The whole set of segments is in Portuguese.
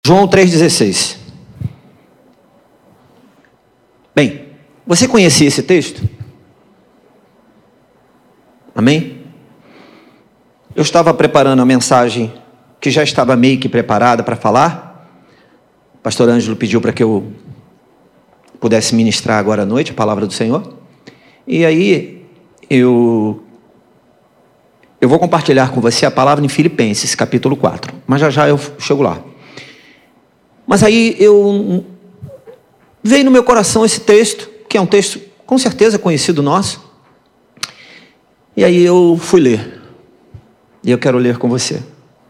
João 3,16. Bem, você conhecia esse texto? Amém? Eu estava preparando a mensagem que já estava meio que preparada para falar. O pastor Ângelo pediu para que eu pudesse ministrar agora à noite a palavra do Senhor. E aí, eu vou compartilhar com você a palavra em Filipenses, capítulo 4. Mas já eu chego lá. Mas aí veio no meu coração esse texto, que é um texto com certeza conhecido nosso. E aí eu fui ler. E eu quero ler com você.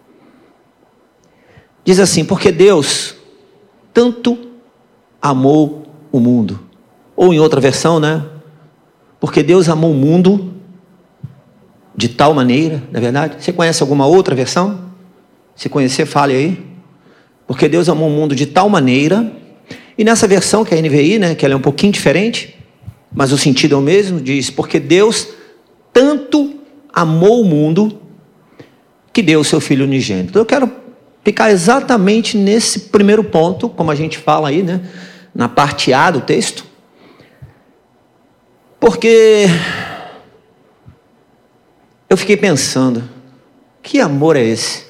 Diz assim: porque Deus tanto amou o mundo. Ou em outra versão, né? Porque Deus amou o mundo de tal maneira, não é verdade? Você conhece alguma outra versão? Se conhecer, fale aí. Porque Deus amou o mundo de tal maneira. E nessa versão, que é a NVI, né, que ela é um pouquinho diferente, mas o sentido é o mesmo, diz: porque Deus tanto amou o mundo que deu o seu Filho unigênito. Então eu quero ficar exatamente nesse primeiro ponto, como a gente fala aí, né, na parte A do texto. Porque eu fiquei pensando, que amor é esse?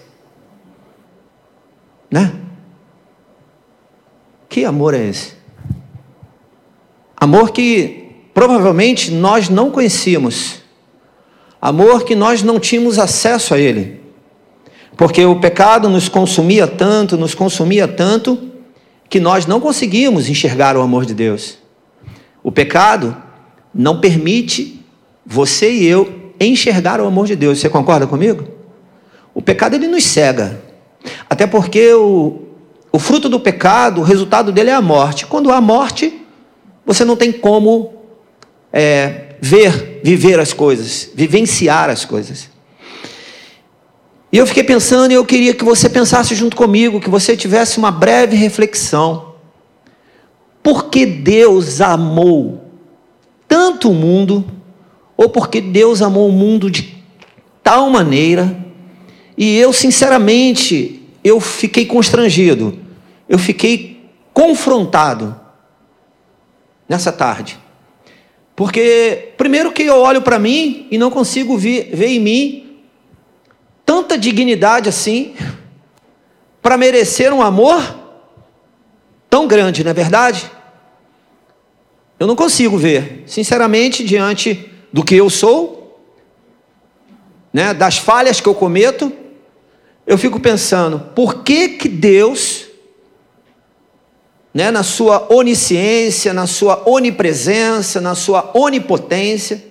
Né? Que amor é esse? Amor que provavelmente nós não conhecíamos. Amor que nós não tínhamos acesso a ele. Porque o pecado nos consumia tanto, que nós não conseguimos enxergar o amor de Deus. O pecado não permite você e eu enxergar o amor de Deus. Você concorda comigo? O pecado, ele nos cega. Até porque o fruto do pecado, o resultado dele é a morte. Quando há morte, você não tem como viver as coisas, vivenciar as coisas. E eu fiquei pensando, e eu queria que você pensasse junto comigo, que você tivesse uma breve reflexão. Por que Deus amou tanto o mundo, ou porque Deus amou o mundo de tal maneira? E eu, sinceramente, eu fiquei constrangido, eu fiquei confrontado nessa tarde. Porque, primeiro que eu olho para mim e não consigo ver em mim tanta dignidade assim, para merecer um amor tão grande, não é verdade? Eu não consigo ver, sinceramente, diante do que eu sou, né, das falhas que eu cometo, eu fico pensando, por que Deus, né, na sua onisciência, na sua onipresença, na sua onipotência,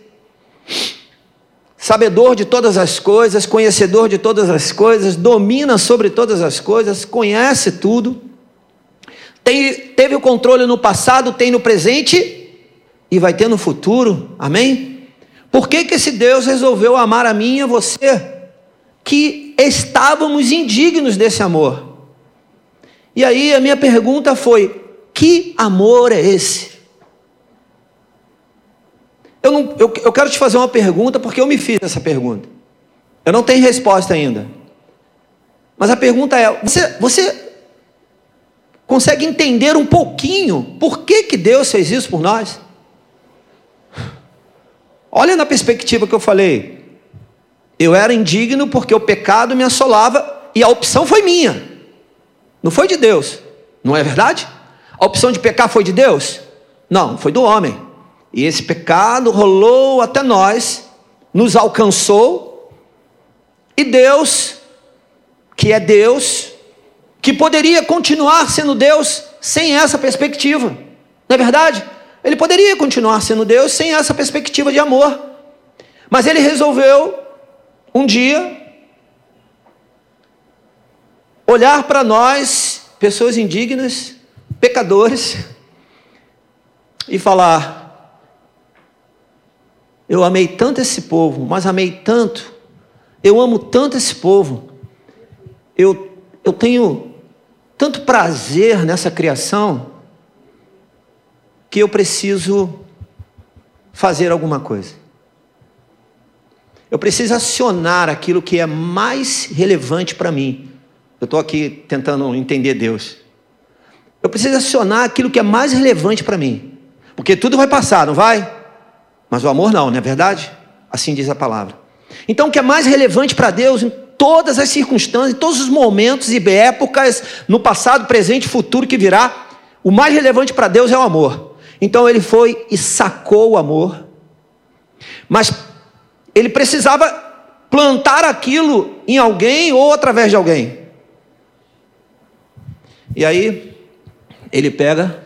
sabedor de todas as coisas, conhecedor de todas as coisas, domina sobre todas as coisas, conhece tudo, teve o controle no passado, tem no presente e vai ter no futuro, amém? Por que esse Deus resolveu amar a mim e a você, que estávamos indignos desse amor? E aí a minha pergunta foi: que amor é esse? Eu quero te fazer uma pergunta, porque eu me fiz essa pergunta. Eu não tenho resposta ainda. Mas a pergunta é: você consegue entender um pouquinho por que Deus fez isso por nós? Olha na perspectiva que eu falei. Eu era indigno porque o pecado me assolava e a opção foi minha. Não foi de Deus. Não é verdade? A opção de pecar foi de Deus? Não, foi do homem. E esse pecado rolou até nós, nos alcançou, e Deus, que é Deus, que poderia continuar sendo Deus sem essa perspectiva, não é verdade? Ele poderia continuar sendo Deus sem essa perspectiva de amor, mas ele resolveu um dia olhar para nós, pessoas indignas, pecadores, e falar: eu amei tanto esse povo, mas amei tanto, eu amo tanto esse povo, eu tenho tanto prazer nessa criação, que eu preciso fazer alguma coisa. Eu preciso acionar aquilo que é mais relevante para mim, Eu estou aqui tentando entender Deus. Eu preciso acionar aquilo que é mais relevante para mim. Porque tudo vai passar, não vai? Mas o amor não é verdade? Assim diz a palavra. Então o que é mais relevante para Deus em todas as circunstâncias, em todos os momentos e épocas, no passado, presente e futuro que virá, o mais relevante para Deus é o amor. Então ele foi e sacou o amor. Mas ele precisava plantar aquilo em alguém ou através de alguém. E aí, ele pega,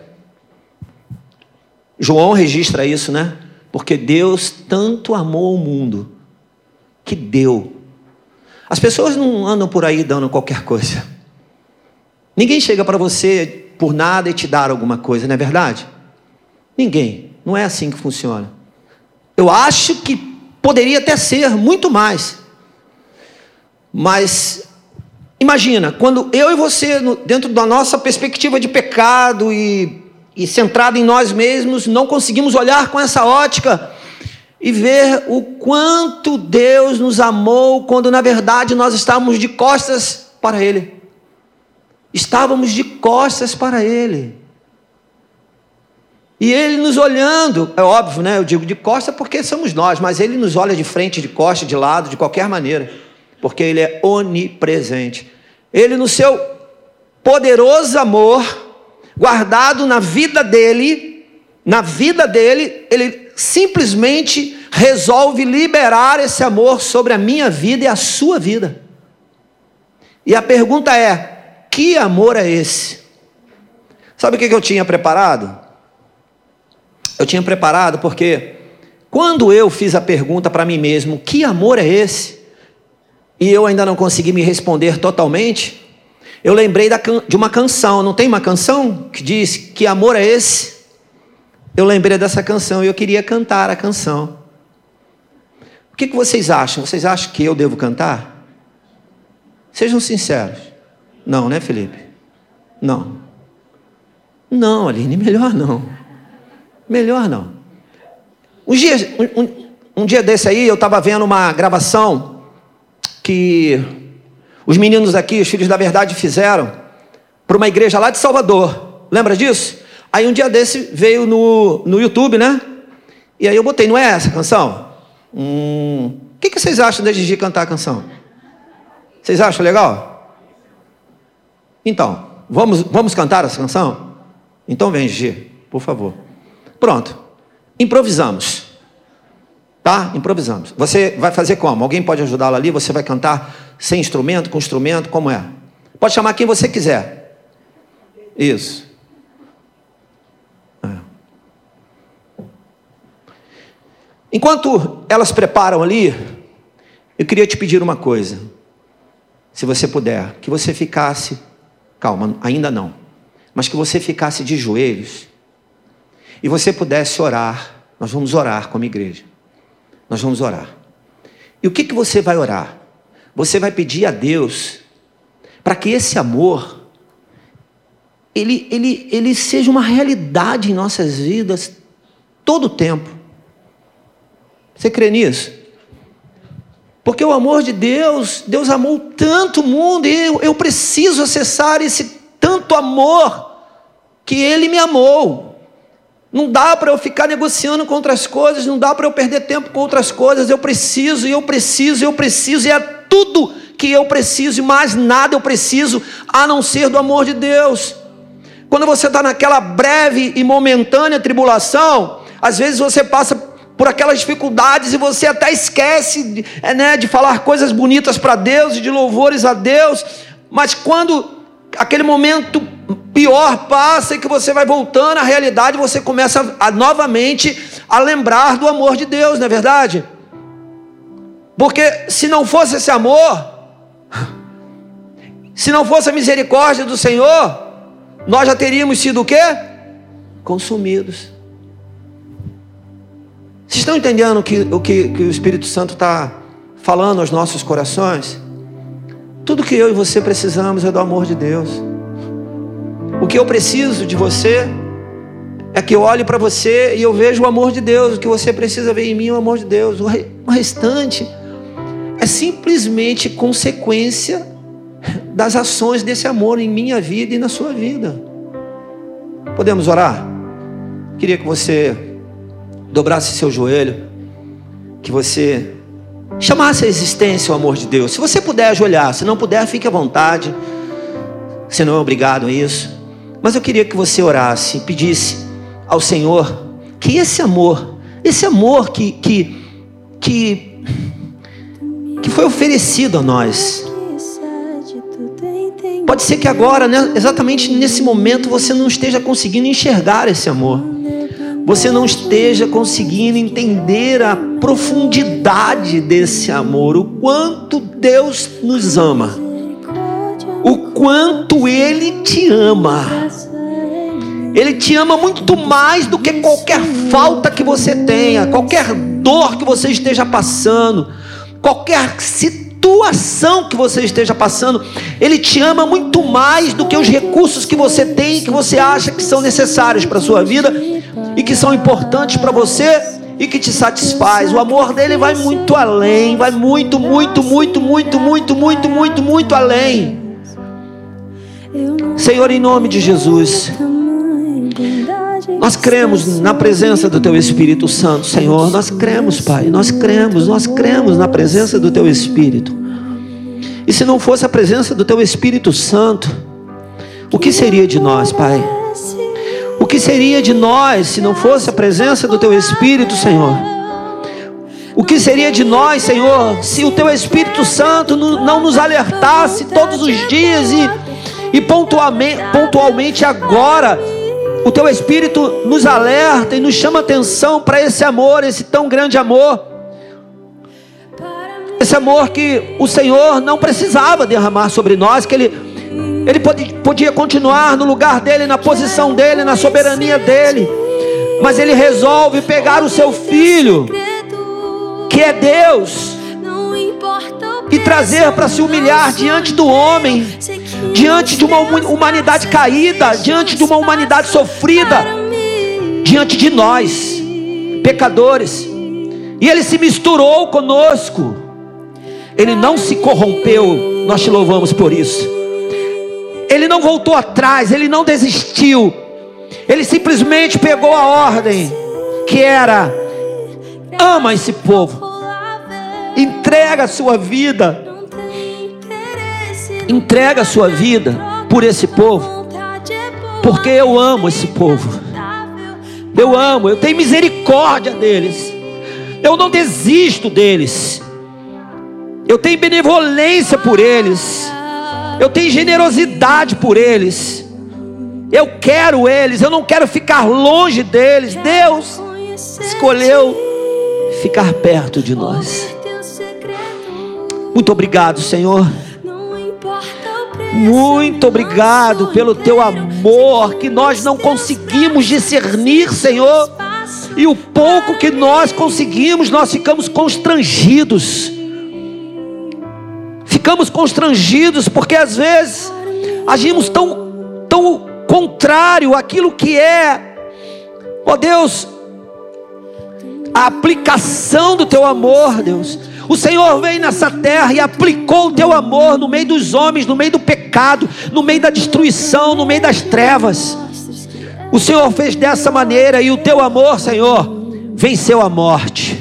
João registra isso, né? Porque Deus tanto amou o mundo, que deu. As pessoas não andam por aí dando qualquer coisa. Ninguém chega para você por nada e te dar alguma coisa, não é verdade? Ninguém. Não é assim que funciona. Eu acho que poderia até ser muito mais. Mas imagina, quando eu e você, dentro da nossa perspectiva de pecado e centrado em nós mesmos, não conseguimos olhar com essa ótica e ver o quanto Deus nos amou, quando na verdade nós estávamos de costas para Ele. Estávamos de costas para Ele. E Ele nos olhando, é óbvio, né? Eu digo de costas porque somos nós, mas Ele nos olha de frente, de costas, de lado, de qualquer maneira, porque Ele é onipresente. Ele, no seu poderoso amor, guardado na vida dele, Ele simplesmente resolve liberar esse amor sobre a minha vida e a sua vida. E a pergunta é: que amor é esse? Sabe o que eu tinha preparado? Eu tinha preparado porque quando eu fiz a pergunta para mim mesmo, que amor é esse? E eu ainda não consegui me responder totalmente, eu lembrei de uma canção. Não tem uma canção que diz, que amor é esse? Eu lembrei dessa canção e eu queria cantar a canção. O que vocês acham? Vocês acham que eu devo cantar? Sejam sinceros. Não, né, Felipe? Não. Não, Aline, melhor não. Melhor não. Um dia desse aí, eu estava vendo uma gravação que os meninos aqui, os Filhos da Verdade, fizeram para uma igreja lá de Salvador. Lembra disso? Aí um dia desse veio no YouTube, né? E aí eu botei, não é essa canção? O que vocês acham da Gigi cantar a canção? Vocês acham legal? Então, vamos cantar essa canção? Então vem, Gigi, por favor. Pronto, improvisamos, tá? Improvisamos. Você vai fazer como? Alguém pode ajudá-la ali? Você vai cantar sem instrumento, com instrumento, como é? Pode chamar quem você quiser. Isso. Enquanto elas preparam ali, eu queria te pedir uma coisa. Se você puder, que você ficasse, calma, ainda não, mas que você ficasse de joelhos e você pudesse orar. Nós vamos orar como igreja. Nós vamos orar. E o que você vai orar? Você vai pedir a Deus para que esse amor ele seja uma realidade em nossas vidas todo o tempo. Você crê nisso? Porque o amor de Deus, Deus amou tanto o mundo, e eu preciso acessar esse tanto amor que Ele me amou. Não dá para eu ficar negociando com outras coisas, não dá para eu perder tempo com outras coisas. Eu preciso, e é tudo que eu preciso, e mais nada eu preciso, a não ser do amor de Deus. Quando você está naquela breve e momentânea tribulação, às vezes você passa por aquelas dificuldades e você até esquece de falar coisas bonitas para Deus e de louvores a Deus, mas quando aquele momento pior passa e que você vai voltando à realidade, você começa novamente a lembrar do amor de Deus, não é verdade? Porque se não fosse esse amor, se não fosse a misericórdia do Senhor, nós já teríamos sido o quê? Consumidos. Vocês estão entendendo o que o Espírito Santo está falando aos nossos corações? Tudo que eu e você precisamos é do amor de Deus. O que eu preciso de você é que eu olhe para você e eu vejo o amor de Deus. O que você precisa ver em mim é o amor de Deus. O restante é simplesmente consequência das ações desse amor em minha vida e na sua vida. Podemos orar? Queria que você dobrasse seu joelho, que você chamasse a existência o amor de Deus. Se você puder ajoelhar, se não puder, fique à vontade. Você não é obrigado a isso. Mas eu queria que você orasse e pedisse ao Senhor que esse amor que foi oferecido a nós, pode ser que agora, né, exatamente nesse momento, você não esteja conseguindo enxergar esse amor. Você não esteja conseguindo entender a profundidade desse amor, o quanto Deus nos ama, o quanto Ele te ama. Ele te ama muito mais do que qualquer falta que você tenha, qualquer dor que você esteja passando, qualquer situação que você esteja passando. Ele te ama muito mais do que os recursos que você tem, que você acha que são necessários para a sua vida e que são importantes para você e que te satisfaz. O amor dele vai muito além, vai muito além. Senhor, em nome de Jesus, nós cremos na presença do Teu Espírito Santo, Senhor. Nós cremos, Pai, nós cremos na presença do Teu Espírito. E se não fosse a presença do Teu Espírito Santo, o que seria de nós, Pai? O que seria de nós se não fosse a presença do Teu Espírito, Senhor? O que seria de nós, Senhor, se o Teu Espírito Santo não nos alertasse todos os dias e pontualmente agora o Teu Espírito nos alerta e nos chama atenção para esse amor, esse tão grande amor, esse amor que o Senhor não precisava derramar sobre nós, que Ele podia continuar no lugar dele, na posição dele, na soberania dele, mas Ele resolve pegar o Seu Filho, que é Deus, e trazer para se humilhar diante do homem, diante de uma humanidade caída, diante de uma humanidade sofrida, diante de nós, pecadores. E Ele se misturou conosco. Ele não se corrompeu. Nós te louvamos por isso. Ele não voltou atrás, Ele não desistiu. Ele simplesmente pegou a ordem, que era: ama esse povo, entrega a sua vida, entrega a sua vida por esse povo, porque eu amo esse povo, eu amo, eu tenho misericórdia deles, eu não desisto deles, eu tenho benevolência por eles, eu tenho generosidade por eles, eu quero eles, eu não quero ficar longe deles. Deus escolheu ficar perto de nós. Muito obrigado, Senhor. Muito obrigado pelo Teu amor, que nós não conseguimos discernir, Senhor, e o pouco que nós conseguimos, nós ficamos constrangidos. Ficamos constrangidos porque às vezes agimos tão contrário àquilo que é, ó Deus, a aplicação do Teu amor, Deus. O Senhor veio nessa terra e aplicou o Teu amor no meio dos homens, no meio do pecado, no meio da destruição, no meio das trevas. O Senhor fez dessa maneira, e o Teu amor, Senhor, venceu a morte.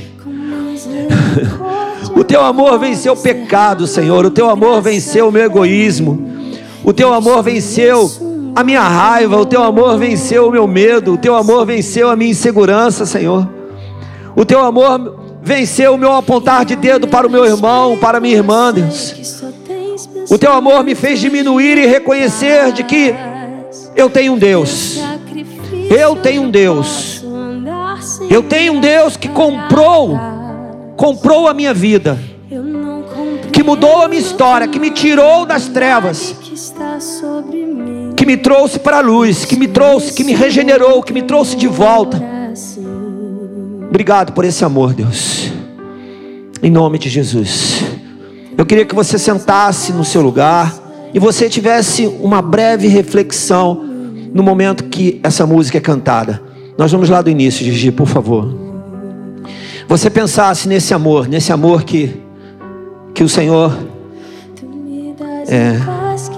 O Teu amor venceu o pecado, Senhor. O Teu amor venceu o meu egoísmo. O Teu amor venceu a minha raiva. O Teu amor venceu o meu medo. O Teu amor venceu a minha insegurança, Senhor. O Teu amor venceu o meu apontar de dedo para o meu irmão, para a minha irmã, Deus. O Teu amor me fez diminuir e reconhecer de que eu tenho um Deus. Eu tenho um Deus. Eu tenho um Deus que comprou a minha vida, que mudou a minha história, que me tirou das trevas, que me trouxe para a luz, que me regenerou, que me trouxe de volta. Obrigado por esse amor, Deus. Em nome de Jesus. Eu queria que você sentasse no seu lugar e você tivesse uma breve reflexão no momento que essa música é cantada. Nós vamos lá do início, Gigi, por favor. Você pensasse nesse amor que o Senhor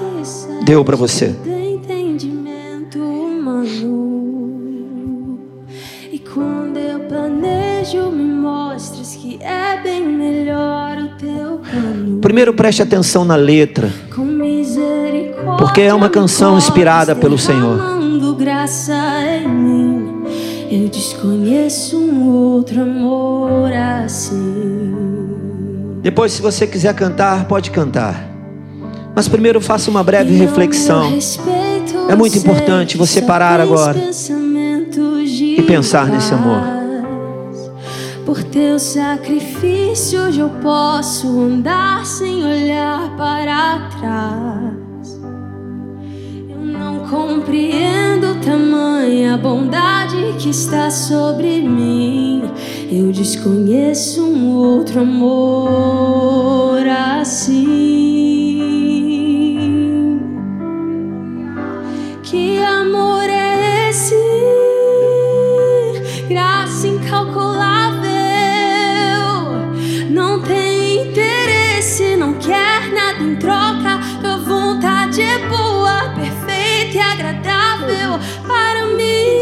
deu para você. Entendimento humano. E quando eu planejo, me mostras que é bem melhor o teu plano. Primeiro preste atenção na letra, Com misericórdia, porque é uma canção inspirada pelo Senhor. derramando graça em mim. Eu desconheço um outro amor assim. Depois, se você quiser cantar, pode cantar. Mas primeiro faça uma breve reflexão. É muito importante você parar agora e pensar nesse amor. Por teu sacrifício hoje eu posso andar sem olhar para trás. Eu não compreendo tamanha bondade que está sobre mim. Eu desconheço um outro amor assim. Que amor é esse? Graça incalculável. Não tem interesse, não quer nada em troca. Tua vontade é boa, perfeita e agradável para mim.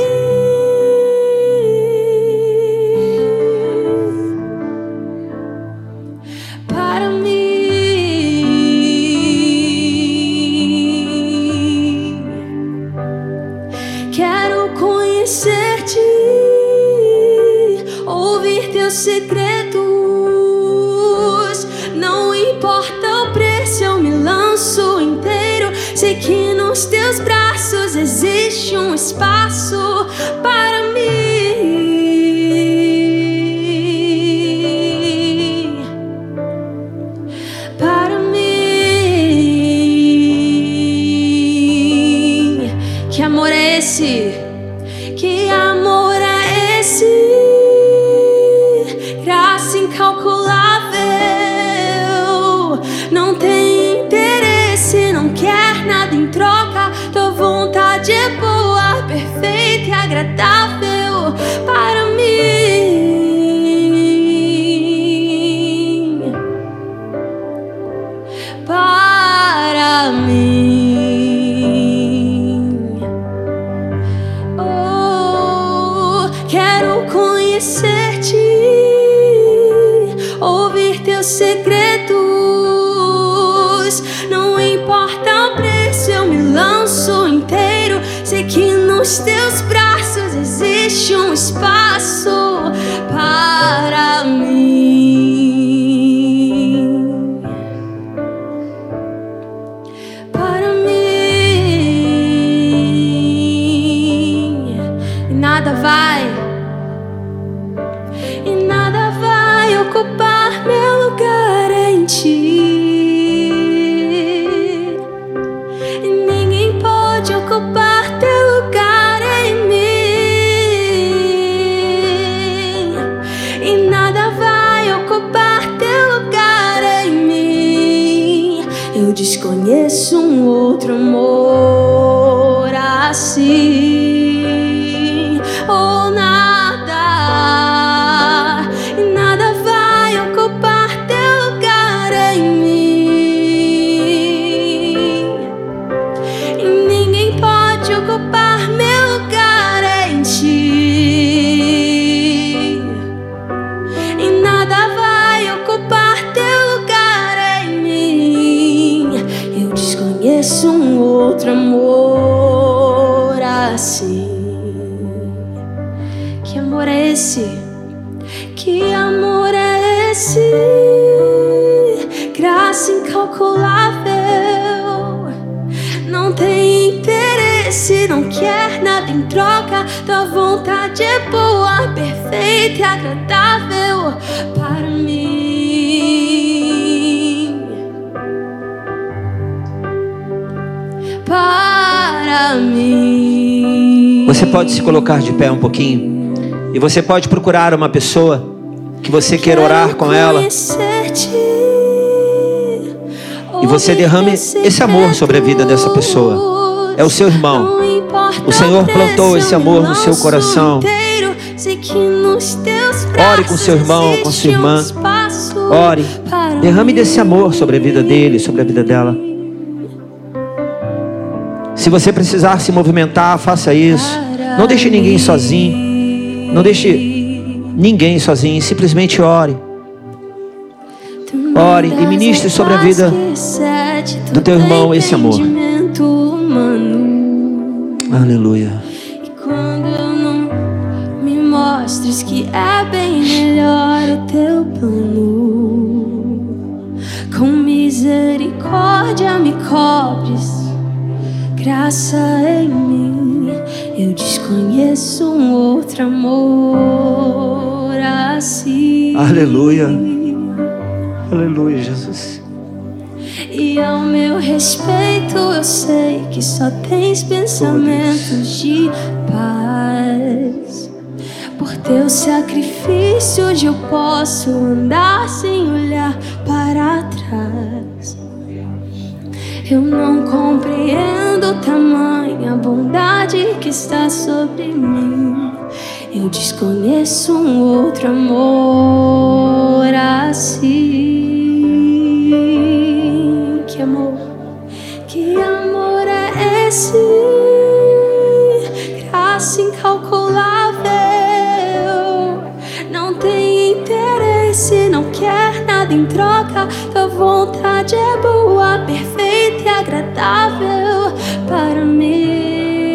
Para mim. Quero conhecer-te, ouvir teus segredos. Não importa o preço, eu me lanço inteiro. Sei que nos teus braços existe um espaço para mim. Para mim. Que amor é esse? Que amor é esse? Graça incalculável. Não tem interesse, não quer nada em troca. Tua vontade é boa, perfeita e agradável para mim. Para mim. Oh, quero conhecer-te, ouvir teus segredos. Não importa o preço, eu me lanço inteiro. Sei que nos teus braços existe um espaço para mim. Para mim. E nada vai ocupar meu lugar em ti. E ninguém pode ocupar teu lugar em mim. E nada vai ocupar teu lugar em mim. Eu desconheço um outro amor assim. Oh, nada. E nada vai ocupar teu lugar em mim. E ninguém pode ocupar meu lugar em ti. E nada vai ocupar teu lugar em mim. Eu desconheço um outro amor assim. Que amor é esse? Que amor é esse? Graça incalculável. Não tem interesse, não quer nada em troca. Tua vontade é boa, perfeita e agradável para mim. Para mim. Você pode se colocar de pé um pouquinho. E você pode procurar uma pessoa que você queira orar com ela. E você derrame esse amor sobre a vida dessa pessoa. É o seu irmão. O Senhor plantou esse amor no seu coração. Ore com seu irmão, com sua irmã. Ore. Derrame desse amor sobre a vida dele, sobre a vida dela. Se você precisar se movimentar, faça isso. Não deixe ninguém sozinho. Não deixe ninguém sozinho. Simplesmente ore. Ore e ministre sobre a vida do teu irmão esse amor. Aleluia. E quando não me mostres que é bem melhor o teu plano, com misericórdia me cobres, graça em mim. Eu desconheço um outro amor assim. Aleluia. Aleluia, Jesus. E ao meu respeito eu sei que só tens pensamentos de paz. Por teu sacrifício hoje eu posso andar sem olhar para trás. Eu não compreendo tamanha bondade que está sobre mim. Eu desconheço um outro amor assim. Que amor é esse? Graça incalculável. Não tem interesse, não quer nada em troca. Tua vontade é boa, perfeita e agradável para mim.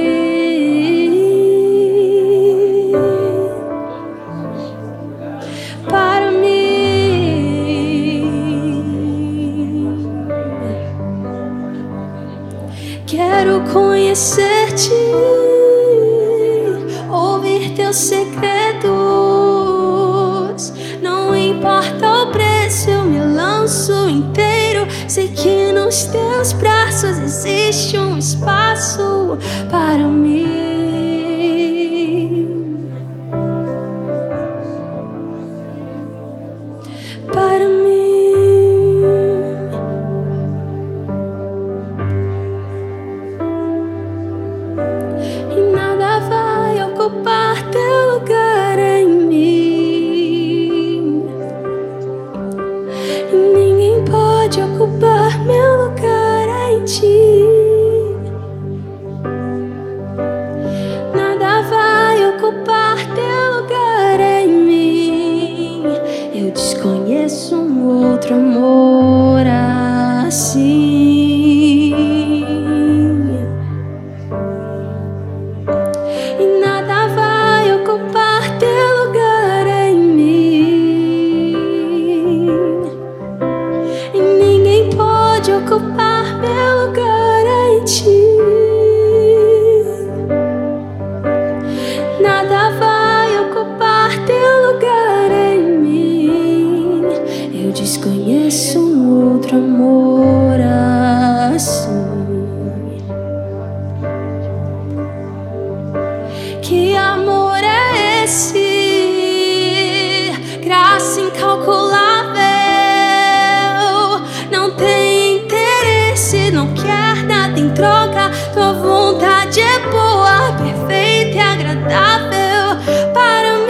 Para mim. Quero conhecer-te, ouvir teus segredos. Não importa o preço, eu me lanço inteiro. Sei que nos teus braços existe um espaço para mim. Para mim. Ocupar teu lugar em mim. E ninguém pode ocupar meu lugar em ti. Nada vai ocupar teu lugar em mim. Eu desconheço um outro amor assim. Ocupar meu lugar em ti. Nada vai ocupar teu lugar em mim. Eu desconheço um outro amor assim. Que amor é esse? Graça incalculável. Não tem interesse, não quer nada em troca. Tua vontade é boa, perfeita e agradável para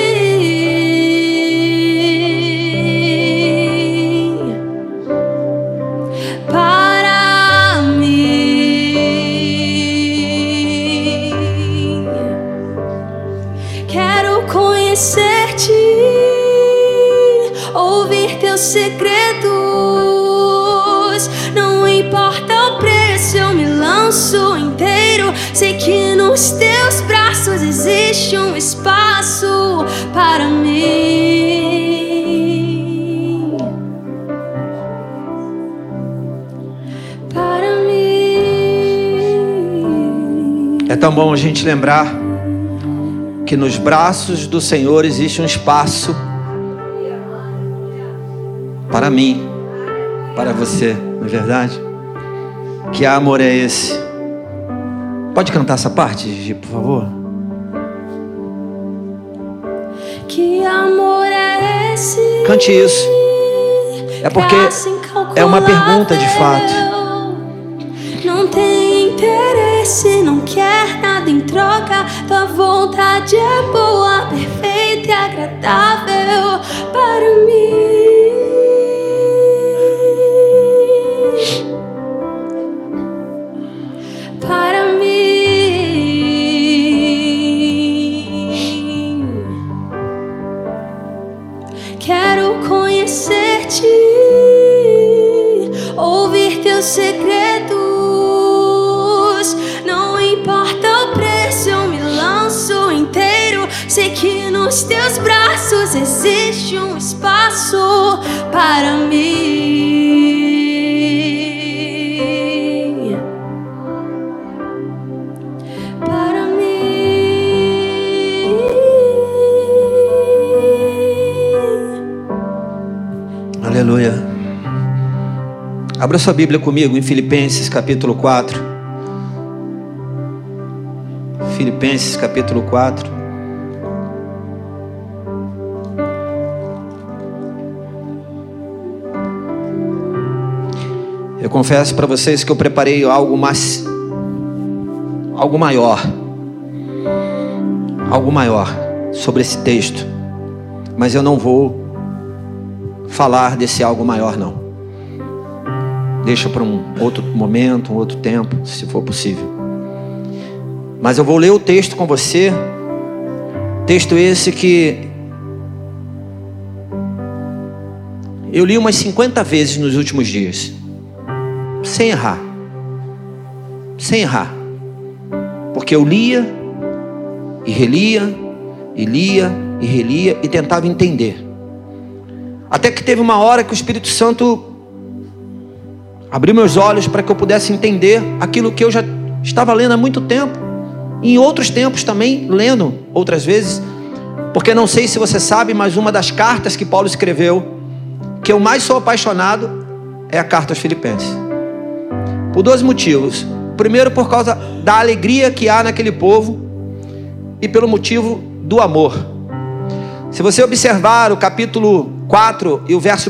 mim. Para mim. Quero conhecer-te, ouvir teus segredos. Não importa o preço, eu me lanço inteiro. Sei que nos teus braços existe um espaço para mim. Para mim. É tão bom a gente lembrar que nos braços do Senhor existe um espaço para mim, para você, não é verdade? Que amor é esse? Pode cantar essa parte, Gigi, por favor? Que amor é esse? Cante isso. É porque é uma pergunta de fato. Não tem interesse, não quer nada em troca. Tua vontade é boa, perfeita e agradável para mim. Para existe um espaço para mim. Para mim. Aleluia. Abra sua Bíblia comigo em Filipenses capítulo 4. Filipenses capítulo 4. Eu confesso para vocês que eu preparei algo maior sobre esse texto, mas eu não vou falar desse algo maior não. Deixa para um outro momento, um outro tempo, se for possível. Mas eu vou ler o texto com você. Texto esse que eu li umas 50 vezes nos últimos dias, sem errar, porque eu lia e relia, e lia e relia e tentava entender, até que teve uma hora que o Espírito Santo abriu meus olhos para que eu pudesse entender aquilo que eu já estava lendo há muito tempo, e em outros tempos também lendo outras vezes, porque não sei se você sabe, mas uma das cartas que Paulo escreveu, que eu mais sou apaixonado, é a carta aos Filipenses. Por dois motivos. Primeiro, por causa da alegria que há naquele povo, e pelo motivo do amor. Se você observar o capítulo 4 e o verso 1,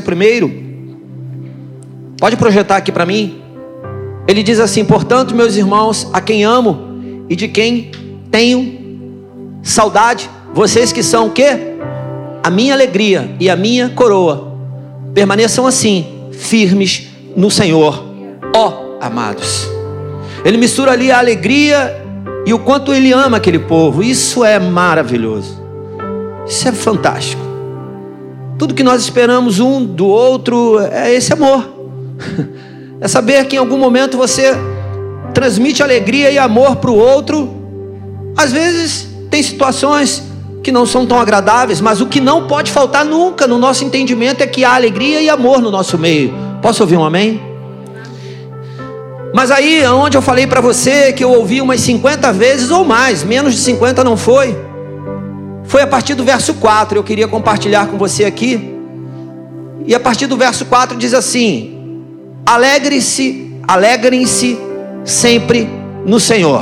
pode projetar aqui para mim. Ele diz assim: portanto, meus irmãos, a quem amo e de quem tenho saudade, vocês que são o quê? A minha alegria e a minha coroa, permaneçam assim, firmes no Senhor, ó amados. Ele mistura ali a alegria e o quanto ele ama aquele povo. Isso é maravilhoso, isso é fantástico. Tudo que nós esperamos um do outro é esse amor. É saber que em algum momento você transmite alegria e amor para o outro. Às vezes tem situações que não são tão agradáveis, mas o que não pode faltar nunca no nosso entendimento é que há alegria e amor no nosso meio. Posso ouvir um amém? Mas aí, onde eu falei para você que eu ouvi umas 50 vezes ou mais, menos de 50 não foi a partir do verso 4, eu queria compartilhar com você aqui. E a partir do verso 4 diz assim: alegrem-se sempre no Senhor.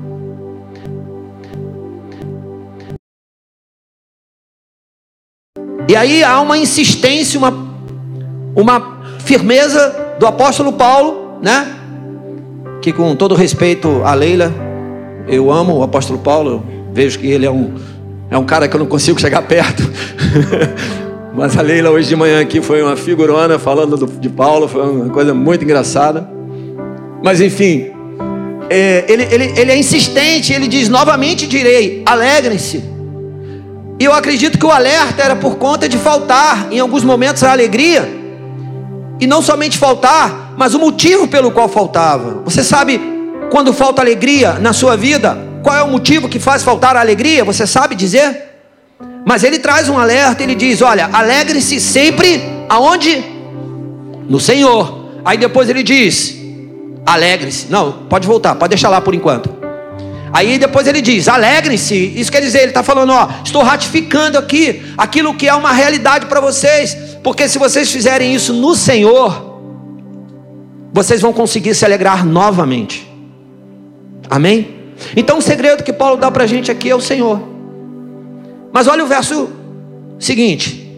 E aí há uma insistência, uma firmeza do apóstolo Paulo, né? Que, com todo respeito a Leila, eu amo o apóstolo Paulo, vejo que ele é um cara que eu não consigo chegar perto. Mas a Leila hoje de manhã aqui foi uma figurona falando de Paulo, foi uma coisa muito engraçada. Mas enfim, ele é insistente, ele diz: novamente direi, alegrem-se. E eu acredito que o alerta era por conta de faltar em alguns momentos a alegria, e não somente faltar, mas o motivo pelo qual faltava. Você sabe quando falta alegria na sua vida, qual é o motivo que faz faltar a alegria? Você sabe dizer? Mas ele traz um alerta, ele diz: olha, alegre-se sempre, aonde? No Senhor. Aí depois ele diz: alegre-se. Não, pode voltar, pode deixar lá por enquanto. Aí depois ele diz: alegrem-se. Isso quer dizer, ele está falando, ó, estou ratificando aqui aquilo que é uma realidade para vocês, porque se vocês fizerem isso no Senhor, vocês vão conseguir se alegrar novamente. Amém? Então o segredo que Paulo dá para a gente aqui é o Senhor. Mas olha o verso seguinte: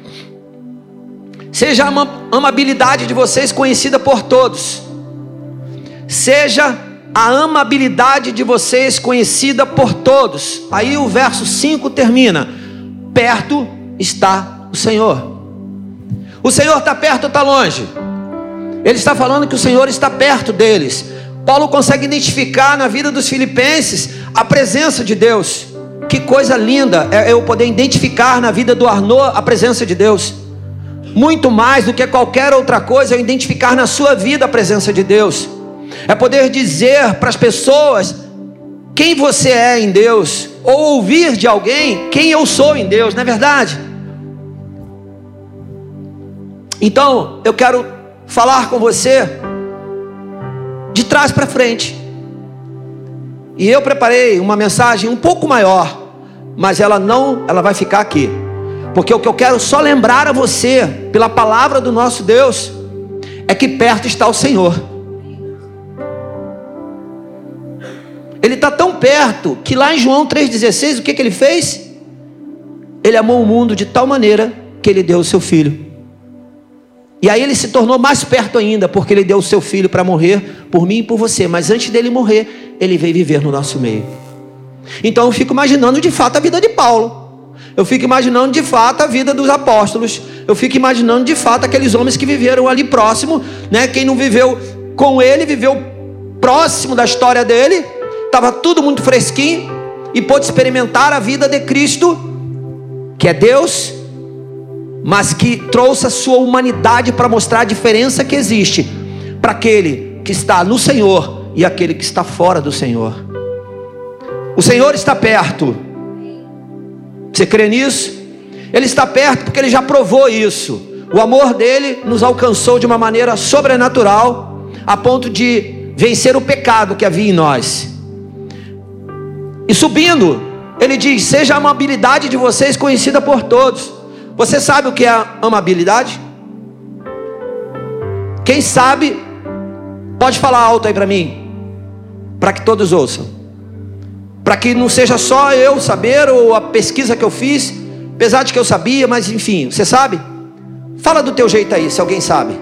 seja a amabilidade de vocês conhecida por todos. Seja a amabilidade de vocês conhecida por todos. Aí o verso 5 termina: perto está o Senhor. O Senhor está perto ou está longe? Ele está falando que o Senhor está perto deles. Paulo consegue identificar na vida dos filipenses a presença de Deus. Que coisa linda é eu poder identificar na vida do Arnaud a presença de Deus. Muito mais do que qualquer outra coisa, eu identificar na sua vida a presença de Deus. É poder dizer para as pessoas quem você é em Deus, ou ouvir de alguém quem eu sou em Deus, não é verdade? Então, eu quero falar com você de trás para frente. E eu preparei uma mensagem um pouco maior, mas ela vai ficar aqui. Porque o que eu quero só lembrar a você, pela palavra do nosso Deus, é que perto está o Senhor. Ele está tão perto, que lá em João 3,16, o que ele fez? Ele amou o mundo de tal maneira, que ele deu o seu Filho. E aí ele se tornou mais perto ainda, porque ele deu o seu Filho para morrer por mim e por você. Mas antes dele morrer, ele veio viver no nosso meio. Então eu fico imaginando de fato a vida de Paulo. Eu fico imaginando de fato a vida dos apóstolos. Eu fico imaginando de fato aqueles homens que viveram ali próximo, né? Quem não viveu com ele, viveu próximo da história dele. Estava tudo muito fresquinho e pôde experimentar a vida de Cristo, que é Deus, mas que trouxe a sua humanidade para mostrar a diferença que existe para aquele que está no Senhor e aquele que está fora do Senhor. O Senhor está perto. Você crê nisso? Ele está perto porque ele já provou isso. O amor dele nos alcançou de uma maneira sobrenatural, a ponto de vencer o pecado que havia em nós. E subindo, ele diz: seja a amabilidade de vocês conhecida por todos. Você sabe o que é a amabilidade? Quem sabe, pode falar alto aí para mim, para que todos ouçam, para que não seja só eu saber, ou a pesquisa que eu fiz, apesar de que eu sabia, mas enfim, você sabe? Fala do teu jeito aí, se alguém sabe.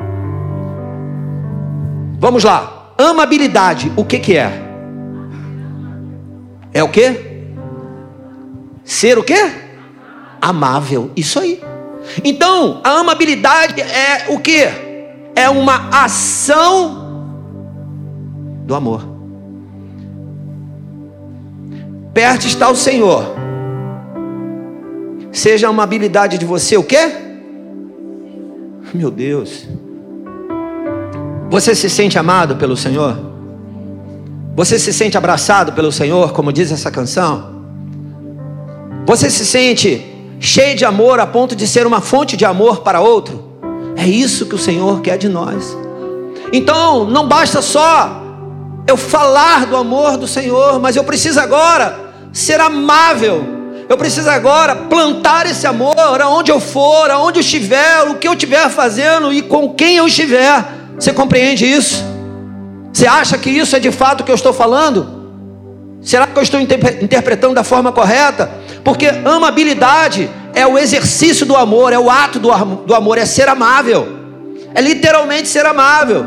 Vamos lá. Amabilidade, o que é? É o quê? Ser o quê? Amável, isso aí. Então, a amabilidade é o quê? É uma ação do amor. Perto está o Senhor. Seja a amabilidade de você o quê? Meu Deus. Você se sente amado pelo Senhor? Você se sente abraçado pelo Senhor, como diz essa canção? Você se sente cheio de amor a ponto de ser uma fonte de amor para outro? É isso que o Senhor quer de nós. Então, não basta só eu falar do amor do Senhor, mas eu preciso agora ser amável. Eu preciso agora plantar esse amor aonde eu for, aonde eu estiver, o que eu estiver fazendo e com quem eu estiver. Você compreende isso? Você acha que isso é de fato o que eu estou falando? Será que eu estou interpretando da forma correta? Porque amabilidade é o exercício do amor, é o ato do amor, é ser amável. É literalmente ser amável.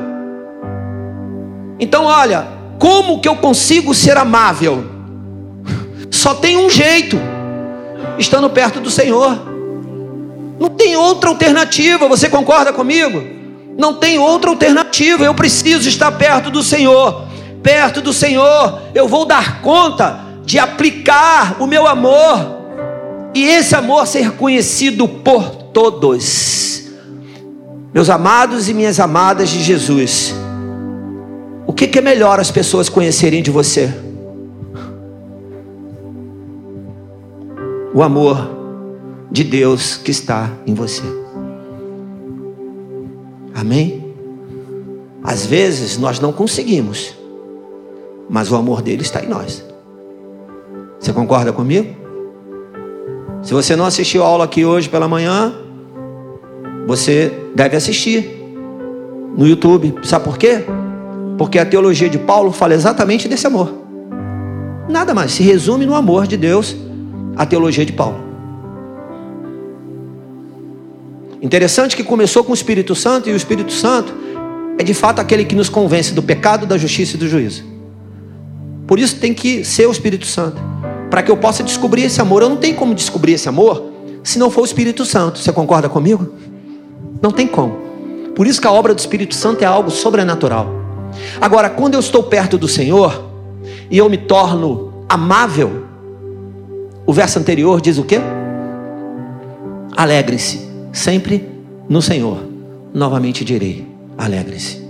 Então olha, como que eu consigo ser amável? Só tem um jeito: estando perto do Senhor. Não tem outra alternativa, você concorda comigo? Não tem outra alternativa, eu preciso estar perto do Senhor. Perto do Senhor, eu vou dar conta de aplicar o meu amor, e esse amor ser conhecido por todos. Meus amados e minhas amadas de Jesus, o que é melhor as pessoas conhecerem de você? O amor de Deus que está em você. Amém? Às vezes nós não conseguimos, mas o amor dele está em nós. Você concorda comigo? Se você não assistiu a aula aqui hoje pela manhã, você deve assistir no YouTube. Sabe por quê? Porque a teologia de Paulo fala exatamente desse amor. Nada mais, se resume no amor de Deus, a teologia de Paulo. Interessante que começou com o Espírito Santo, e o Espírito Santo é de fato aquele que nos convence do pecado, da justiça e do juízo. Por isso tem que ser o Espírito Santo, para que eu possa descobrir esse amor. Eu não tenho como descobrir esse amor se não for o Espírito Santo. Você concorda comigo? Não tem como. Por isso que a obra do Espírito Santo é algo sobrenatural. Agora, quando eu estou perto do Senhor e eu me torno amável, o verso anterior diz o quê? Alegre-se sempre no Senhor. Novamente direi, alegre-se.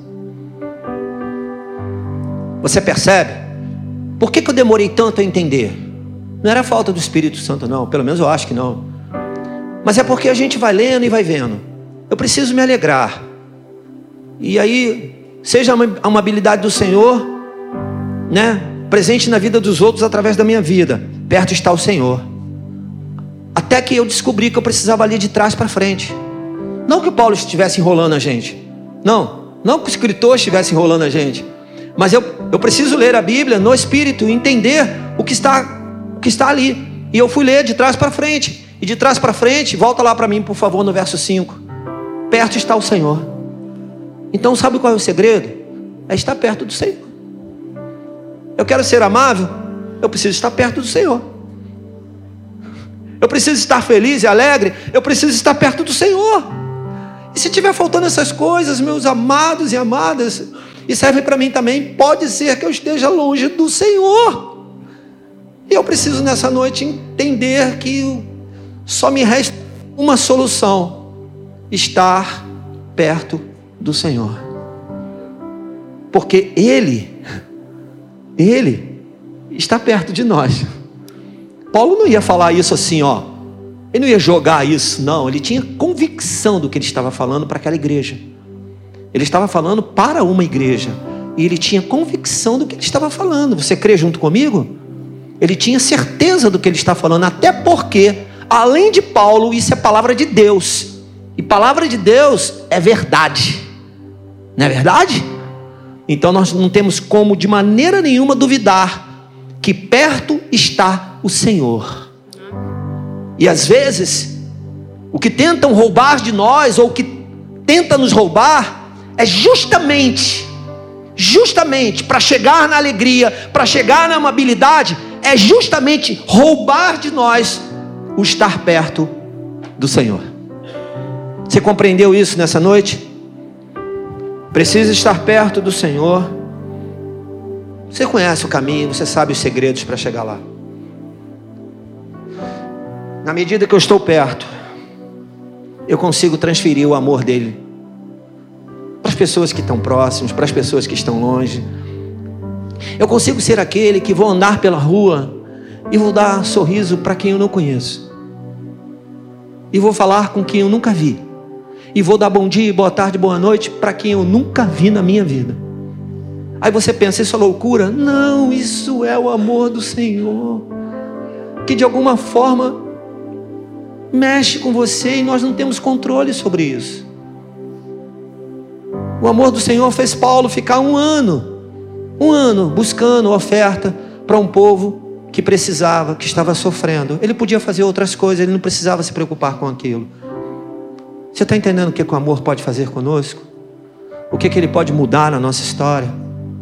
Você percebe? Por que eu demorei tanto a entender? Não era falta do Espírito Santo não, pelo menos eu acho que não. Mas é porque a gente vai lendo e vai vendo. eu preciso me alegrar. E aí, seja a amabilidade do Senhor, né, presente na vida dos outros através da minha vida, perto está o Senhor. Até que eu descobri que eu precisava ali de trás para frente. Não que o Paulo estivesse enrolando a gente, não que o escritor estivesse enrolando a gente, mas eu preciso ler a Bíblia no Espírito e entender o que está ali. E eu fui ler de trás para frente. E de trás para frente, volta lá para mim, por favor, no verso 5. Perto está o Senhor. Então sabe qual é o segredo? É estar perto do Senhor. Eu quero ser amável, eu preciso estar perto do Senhor. Eu preciso estar feliz e alegre, eu preciso estar perto do Senhor. E se estiver faltando essas coisas, meus amados e amadas, e serve para mim também, pode ser que eu esteja longe do Senhor. E eu preciso nessa noite entender que só me resta uma solução: estar perto do Senhor. Porque Ele está perto de nós. Paulo não ia falar isso assim, ó. Ele não ia jogar isso, não. Ele tinha convicção do que ele estava falando para aquela igreja. Ele estava falando para uma igreja. E ele tinha convicção do que ele estava falando. Você crê junto comigo? Ele tinha certeza do que ele está falando. Até porque, além de Paulo, isso é palavra de Deus. E palavra de Deus é verdade. Não é verdade? Então nós não temos como de maneira nenhuma duvidar que perto está o Senhor. E às vezes o que tentam roubar de nós, ou o que tenta nos roubar, é justamente para chegar na alegria, para chegar na amabilidade, é justamente roubar de nós o estar perto do Senhor. Você compreendeu isso nessa noite? Precisa estar perto do Senhor. Você conhece o caminho, você sabe os segredos para chegar lá. Na medida que eu estou perto, eu consigo transferir o amor dele para as pessoas que estão próximas, para as pessoas que estão longe. Eu consigo ser aquele que vou andar pela rua e vou dar sorriso para quem eu não conheço, e vou falar com quem eu nunca vi, e vou dar bom dia, boa tarde, boa noite para quem eu nunca vi na minha vida. Aí você pensa, isso é loucura? Não, isso é o amor do Senhor, que de alguma forma mexe com você e nós não temos controle sobre isso. O amor do Senhor fez Paulo ficar um ano buscando oferta para um povo que precisava, que estava sofrendo. Ele podia fazer outras coisas, ele não precisava se preocupar com aquilo. Você está entendendo o que o amor pode fazer conosco? O que ele pode mudar na nossa história?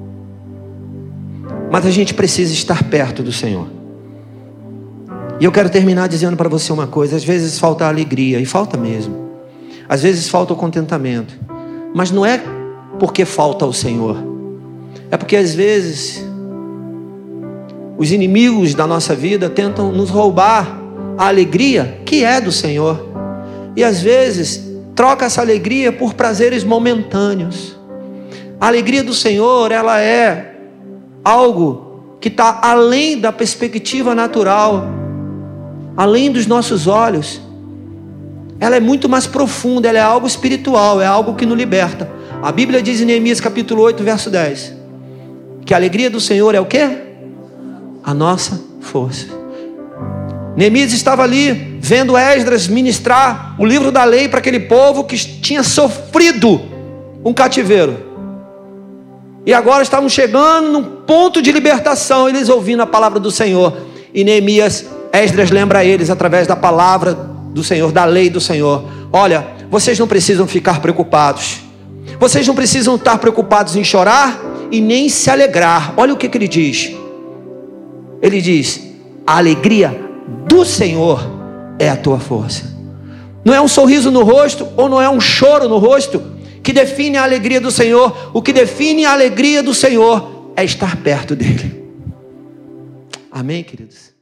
Mas a gente precisa estar perto do Senhor. E eu quero terminar dizendo para você uma coisa: às vezes falta a alegria, e falta mesmo. Às vezes falta o contentamento. Mas não é porque falta o Senhor. É porque às vezes os inimigos da nossa vida tentam nos roubar a alegria que é do Senhor. E às vezes troca essa alegria por prazeres momentâneos. A alegria do Senhor, ela é algo que está além da perspectiva natural, além dos nossos olhos. Ela é muito mais profunda, ela é algo espiritual, é algo que nos liberta. A Bíblia diz em Neemias capítulo 8, verso 10, que a alegria do Senhor é o quê? A nossa força. Neemias estava ali vendo Esdras ministrar o livro da lei para aquele povo que tinha sofrido um cativeiro. E agora estavam chegando num ponto de libertação, eles ouvindo a palavra do Senhor. E Esdras lembra a eles através da palavra do Senhor, da lei do Senhor: olha, vocês não precisam ficar preocupados. Vocês não precisam estar preocupados em chorar e nem se alegrar. Olha o que ele diz. Ele diz: a alegria do Senhor é a tua força. Não é um sorriso no rosto, ou não é um choro no rosto que define a alegria do Senhor. O que define a alegria do Senhor é estar perto dele. Amém, queridos?